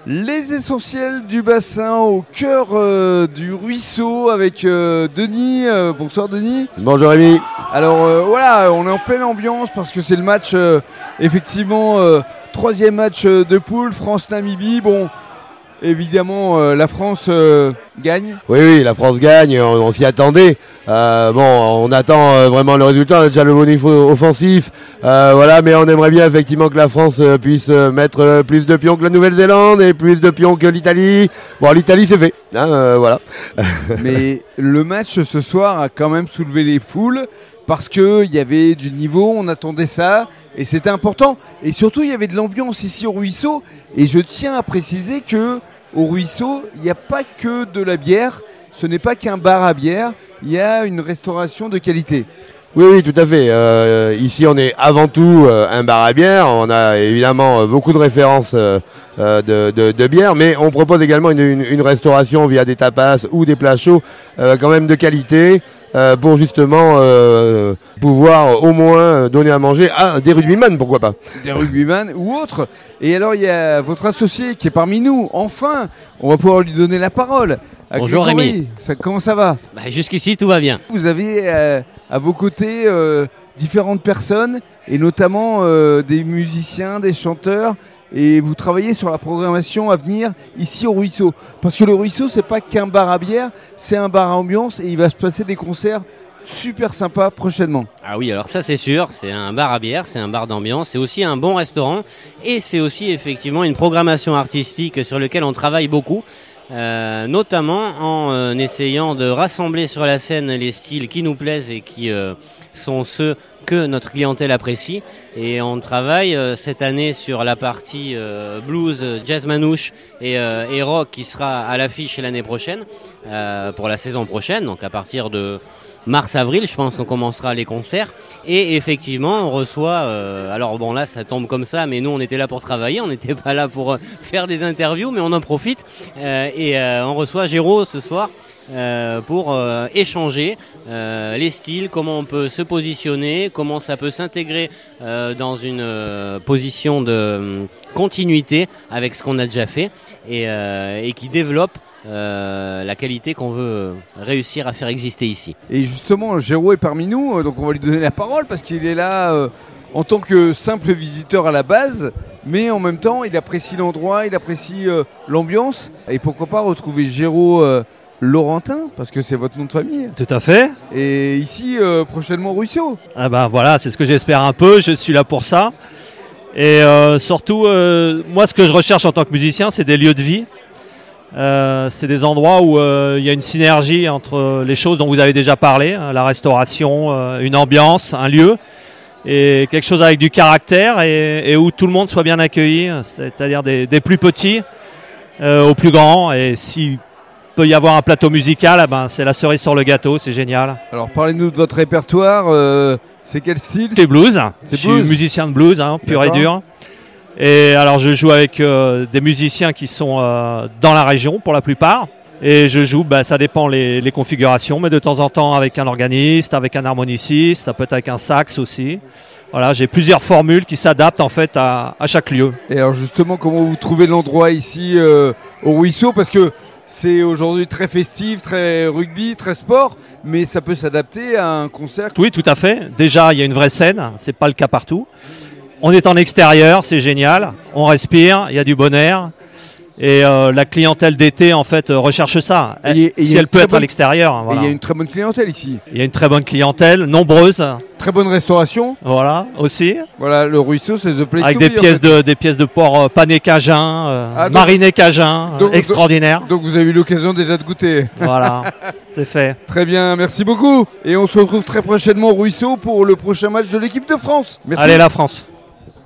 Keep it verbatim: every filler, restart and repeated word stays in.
Les essentiels du bassin au cœur euh, du ruisseau avec euh, Denis. Euh, bonsoir Denis. Bonjour Rémi. Alors euh, voilà, on est en pleine ambiance parce que c'est le match, euh, effectivement, euh, troisième match euh, de poule, France-Namibie. Bon, évidemment, euh, la France euh, gagne. Oui, oui, la France gagne, on, on s'y attendait. Euh, bon, on attend euh, vraiment le résultat, on a déjà le bon niveau offensif. Euh, voilà, mais on aimerait bien effectivement que la France euh, puisse euh, mettre euh, plus de pions que la Nouvelle-Zélande et plus de pions que l'Italie. Bon, l'Italie c'est fait, hein, euh, voilà. Mais le match ce soir a quand même soulevé les foules parce qu'il y avait du niveau, on attendait ça et c'était important. Et surtout, il y avait de l'ambiance ici au ruisseau. Et je tiens à préciser que au ruisseau, il n'y a pas que de la bière, ce n'est pas qu'un bar à bière, il y a une restauration de qualité. Oui, oui, tout à fait. Euh, ici, on est avant tout euh, un bar à bière. On a évidemment euh, beaucoup de références euh, euh, de, de, de bière, mais on propose également une, une, une restauration via des tapas ou des plats chauds euh, quand même de qualité euh, pour justement euh, pouvoir au moins donner à manger à des rugbyman, pourquoi pas. Des rugbyman ou autres. Et alors, il y a votre associé qui est parmi nous. Enfin, on va pouvoir lui donner la parole. Bonjour Grégory. Rémi. Ça, comment ça va? Bah, jusqu'ici, tout va bien. Vous avez euh, à vos côtés euh, différentes personnes et notamment euh, des musiciens, des chanteurs, et vous travaillez sur la programmation à venir ici au Ruisseau. Parce que le Ruisseau, c'est pas qu'un bar à bière, c'est un bar à ambiance et il va se passer des concerts super sympas prochainement. Ah oui, alors ça c'est sûr, c'est un bar à bière, c'est un bar d'ambiance, c'est aussi un bon restaurant et c'est aussi effectivement une programmation artistique sur laquelle on travaille beaucoup. Euh, notamment en euh, essayant de rassembler sur la scène les styles qui nous plaisent et qui euh, sont ceux que notre clientèle apprécie. Et on travaille euh, cette année sur la partie euh, blues, jazz manouche et, euh, et rock qui sera à l'affiche l'année prochaine, euh, pour la saison prochaine, donc à partir de mars-avril, je pense qu'on commencera les concerts. Et effectivement, on reçoit... Euh, alors bon, là, ça tombe comme ça, mais nous, on était là pour travailler. On n'était pas là pour euh, faire des interviews, mais on en profite. Euh, et euh, on reçoit Géraud ce soir euh, pour euh, échanger euh, les styles, comment on peut se positionner, comment ça peut s'intégrer euh, dans une euh, position de euh, continuité avec ce qu'on a déjà fait et, euh, et qui développe Euh, la qualité qu'on veut réussir à faire exister ici. Et justement, Géraud est parmi nous, donc on va lui donner la parole parce qu'il est là euh, en tant que simple visiteur à la base, mais en même temps, il apprécie l'endroit, il apprécie euh, l'ambiance. Et pourquoi pas retrouver Géraud euh, Laurentin, parce que c'est votre nom de famille. Tout à fait. Et ici, euh, prochainement, au Ruisseau. Ah ben voilà, c'est ce que j'espère un peu, je suis là pour ça. Et euh, surtout, euh, moi ce que je recherche en tant que musicien, c'est des lieux de vie. Euh, c'est des endroits où euh, il y a une synergie entre les choses dont vous avez déjà parlé, hein, la restauration, euh, une ambiance, un lieu, et quelque chose avec du caractère et, et où tout le monde soit bien accueilli, c'est-à-dire des, des plus petits euh, aux plus grands. Et s'il peut y avoir un plateau musical, eh ben, c'est la cerise sur le gâteau, c'est génial. Alors parlez-nous de votre répertoire, euh, c'est quel style? C'est blues, c'est je blues. suis musicien de blues, hein, pur et dur. Et alors je joue avec euh, des musiciens qui sont euh, dans la région pour la plupart. Et je joue, bah, ça dépend les, les configurations, mais de temps en temps avec un organiste, avec un harmoniciste, ça peut être avec un sax aussi. Voilà, j'ai plusieurs formules qui s'adaptent en fait à, à chaque lieu. Et alors justement, comment vous trouvez l'endroit ici euh, au Ruisseau? Parce que c'est aujourd'hui très festif, très rugby, très sport, mais ça peut s'adapter à un concert. Oui, tout à fait. Déjà, il y a une vraie scène, c'est pas le cas partout. On est en extérieur, c'est génial, on respire, il y a du bon air. Et euh, la clientèle d'été, en fait, euh, recherche ça. Elle, et, et si elle peut être bonne... à l'extérieur. Voilà. Et il y a une très bonne clientèle ici. Il y a une très bonne clientèle, nombreuse. Très bonne restauration. Voilà, aussi. Voilà, le Ruisseau, c'est the place Avec to des be, pièces, en fait. de, des pièces de porc euh, pané cajun, euh, ah, donc, mariné cajun, donc, euh, extraordinaire. Donc, donc vous avez eu l'occasion déjà de goûter. Voilà, c'est fait. Très bien, merci beaucoup. Et on se retrouve très prochainement au Ruisseau pour le prochain match de l'équipe de France. Merci. Allez, la France.